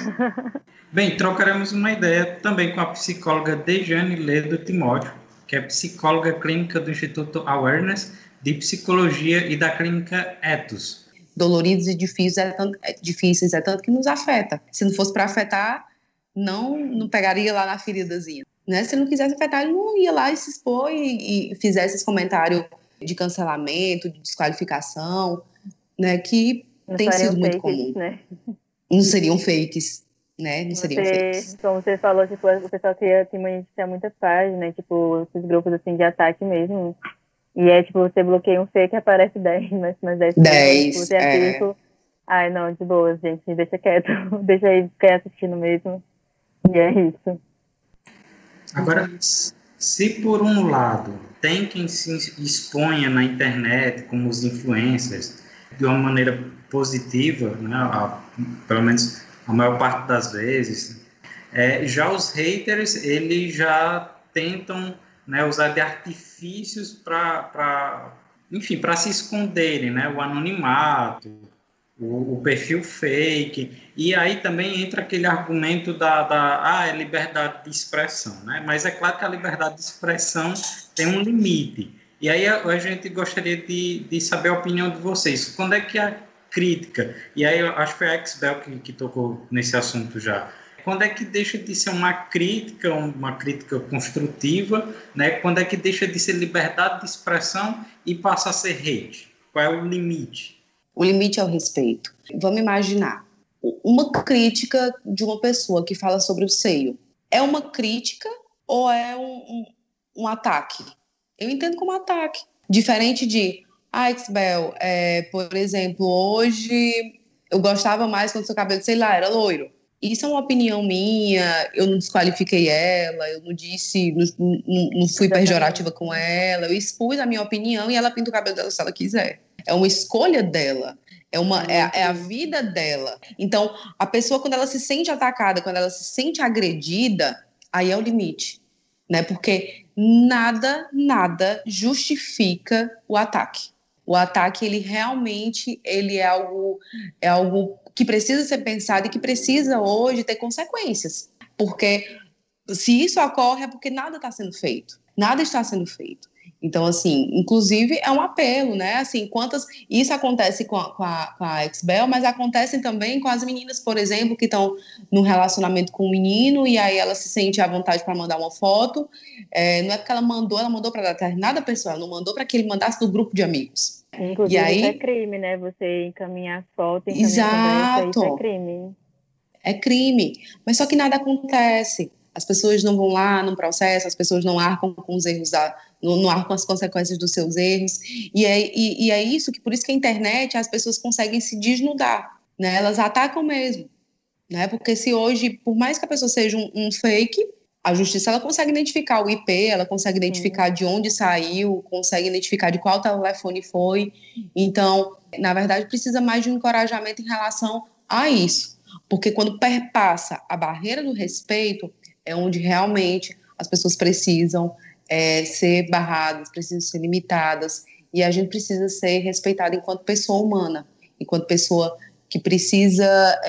Bem, trocaremos uma ideia também com a psicóloga Dejane Ledo Timóteo, que é psicóloga clínica do Instituto Awareness de Psicologia e da Clínica Ethos. Doloridos e difíceis, é tanto que nos afeta. Se não fosse para afetar, não pegaria lá na feridazinha. Né? Se ele não quisesse afetar, ele não ia lá e se expor e fizesse esse comentário de cancelamento, de desqualificação, né? Que não tem sido muito comum. Né? Não seriam fakes, né? Não seriam fakes. Como você falou, tipo, o pessoal queria monetizar muitas páginas, né? Tipo, esses grupos assim, de ataque mesmo. E tipo, você bloqueia um fake e aparece 10, mas 10. Tipo, você assiste, ai, não, de boa, gente, deixa quieto. Deixa aí ficar assistindo mesmo. E é isso. Agora, se por um lado tem quem se exponha na internet, como os influencers, de uma maneira positiva, né, pelo menos a maior parte das vezes, já os haters, eles já tentam, né, usar de artifícios para se esconderem, né, o anonimato, o perfil fake, e aí também entra aquele argumento da liberdade de expressão, né? Mas é claro que a liberdade de expressão tem um limite, E aí a gente gostaria de saber a opinião de vocês. Quando é que a crítica, e aí eu acho que foi a Exbel que tocou nesse assunto já, quando é que deixa de ser uma crítica construtiva, né? Quando é que deixa de ser liberdade de expressão e passa a ser hate? Qual é o limite? O limite é o respeito. Vamos imaginar uma crítica de uma pessoa que fala sobre o seio. É uma crítica ou é um ataque? Eu entendo como ataque. Diferente de, Exbel, por exemplo, hoje eu gostava mais quando seu cabelo, sei lá, era loiro. Isso é uma opinião minha, eu não desqualifiquei ela, eu não disse, não fui pejorativa com ela, eu expus a minha opinião e ela pinta o cabelo dela se ela quiser. É uma escolha dela, é a vida dela. Então, a pessoa, quando ela se sente atacada, quando ela se sente agredida, aí é o limite, né? Porque nada justifica o ataque. O ataque, ele realmente é algo que precisa ser pensado e que precisa hoje ter consequências. Porque se isso ocorre é porque nada está sendo feito. Nada está sendo feito. Então, assim, inclusive é um apelo, né? Assim, isso acontece com a Exbel, mas acontece também com as meninas, por exemplo, que estão num relacionamento com um menino e aí ela se sente à vontade para mandar uma foto. Não é porque ela mandou para determinada pessoa, ela não mandou para que ele mandasse no grupo de amigos. Inclusive, e aí, isso é crime, né? Você encaminhar foto, exato. Isso é crime. É crime. Mas só que nada acontece. As pessoas não vão lá, não processam, as pessoas não arcam com os erros, não arcam com as consequências dos seus erros. E é isso que, por isso que a internet, as pessoas conseguem se desnudar, né? Elas atacam mesmo, né? Porque se hoje, por mais que a pessoa seja um fake, a justiça ela consegue identificar o IP, ela consegue identificar de onde saiu, consegue identificar de qual telefone foi. Então, na verdade, precisa mais de um encorajamento em relação a isso. Porque quando perpassa a barreira do respeito, é onde realmente as pessoas precisam ser barradas, precisam ser limitadas, e a gente precisa ser respeitada enquanto pessoa humana, enquanto pessoa que precisa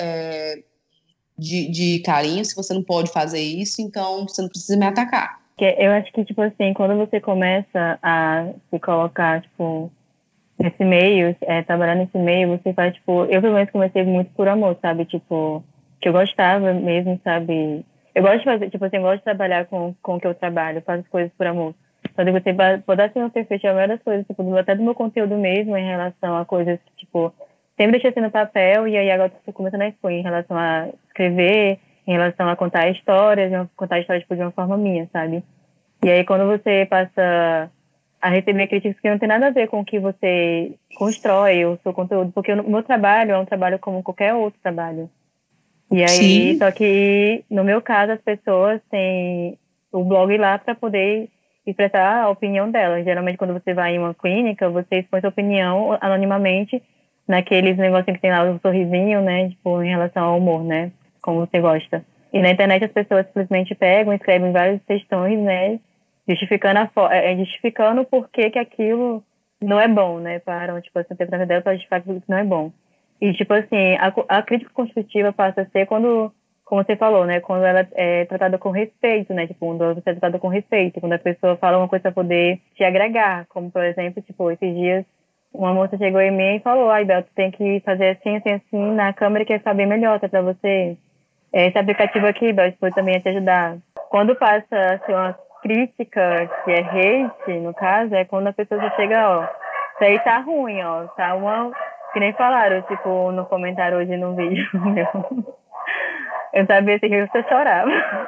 de carinho. Se você não pode fazer isso, então você não precisa me atacar. Eu acho que, tipo assim, quando você começa a se colocar, tipo, nesse meio, trabalhar nesse meio, você faz, tipo, eu pelo menos comecei muito por amor, sabe, tipo, que eu gostava mesmo, sabe, eu gosto de fazer, tipo assim, eu gosto de trabalhar com o que eu trabalho, eu faço as coisas por amor. Só que você pode ser um perfeito, a maioria das coisas, tipo, até do meu conteúdo mesmo, em relação a coisas que, tipo, sempre deixei assim no papel, e aí agora estou começando a expor em relação a escrever, em relação a contar histórias, tipo, de uma forma minha, sabe? E aí quando você passa a receber críticas que não tem nada a ver com o que você constrói, o seu conteúdo, porque o meu trabalho é um trabalho como qualquer outro trabalho. E aí, sim, só que no meu caso as pessoas têm o blog lá para poder expressar a opinião delas. Geralmente quando você vai em uma clínica, você expõe sua opinião anonimamente naqueles negocinhos que tem lá o sorrisinho, né, tipo, em relação ao humor, né, como você gosta. E na internet as pessoas simplesmente pegam, escrevem várias textões, né, justificando o porquê que aquilo não é bom, né, para, tipo, essa interpretação dela para justificar que aquilo não é bom. E, tipo assim, a crítica construtiva passa a ser quando, como você falou, né, quando ela é tratada com respeito, né, tipo, quando você é tratada com respeito, quando a pessoa fala uma coisa para poder te agregar, como, por exemplo, tipo, esses dias uma moça chegou em mim e falou, Bel, tu tem que fazer assim, assim, assim, na câmera que vai ficar bem melhor, tá, pra você. Esse aplicativo aqui, Bel, isso pode também te ajudar. Quando passa, assim, uma crítica, que é hate, no caso, é quando a pessoa já chega, ó, isso aí tá ruim, ó, tá uma... Que nem falaram, tipo, no comentário hoje no vídeo meu. Eu sabia assim que eu chorava.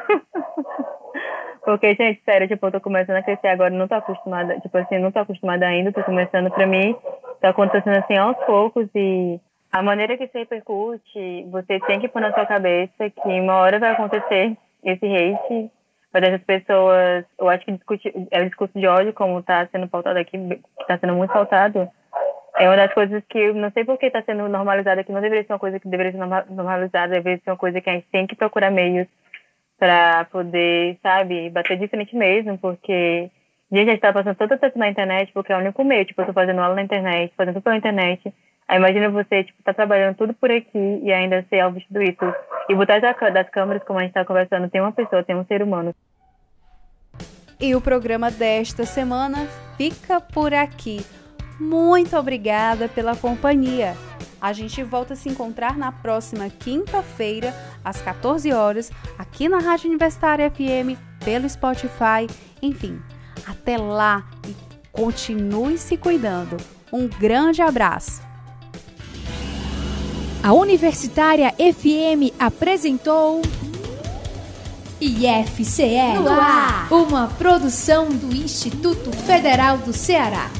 Porque, gente, sério, tipo, eu tô começando a crescer agora, não tô acostumada, tipo assim, não tô acostumada ainda, tô começando, pra mim, tá acontecendo assim aos poucos, e a maneira que isso repercute, você tem que pôr na sua cabeça que uma hora vai acontecer esse hate, para essas pessoas, eu acho que o discurso de ódio, como tá sendo pautado aqui, que tá sendo muito pautado, é uma das coisas que eu não sei por que está sendo normalizada, que não deveria ser uma coisa que deveria ser normalizada, deveria ser uma coisa que a gente tem que procurar meios para poder, sabe, bater de frente mesmo, porque a gente está passando todo o tempo na internet, porque é o único meio, tipo, eu estou fazendo aula na internet, fazendo tudo pela internet, aí imagina você, tipo, tá trabalhando tudo por aqui e ainda ser alvo de tudo isso, e por trás das câmeras, como a gente está conversando, tem uma pessoa, tem um ser humano. E o programa desta semana fica por aqui. Muito obrigada pela companhia. A gente volta a se encontrar na próxima quinta-feira, às 14 horas, aqui na Rádio Universitária FM, pelo Spotify. Enfim, até lá e continue se cuidando. Um grande abraço. A Universitária FM apresentou IFCE no ar, uma produção do Instituto Federal do Ceará.